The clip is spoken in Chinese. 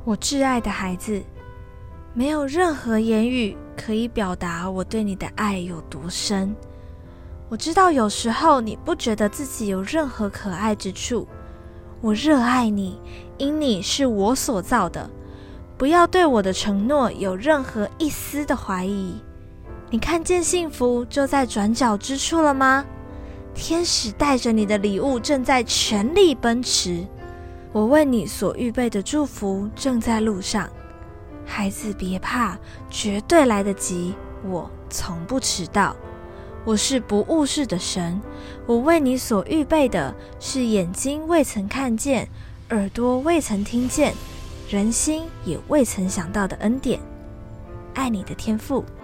我挚爱的孩子，没有任何言语可以表达我对你的爱有多深。我知道有时候你不觉得自己有任何可爱之处，我热爱你，因你是我所造的，不要对我的承诺有任何一丝的怀疑。你看见幸福就在转角之处了吗？天使带着你的礼物正在全力奔驰，我为你所预备的祝福正在路上。孩子别怕，绝对来得及，我从不迟到。我是不误事的神，我为你所预备的是眼睛未曾看见，耳朵未曾听见，人心也未曾想到的恩典。爱你的天父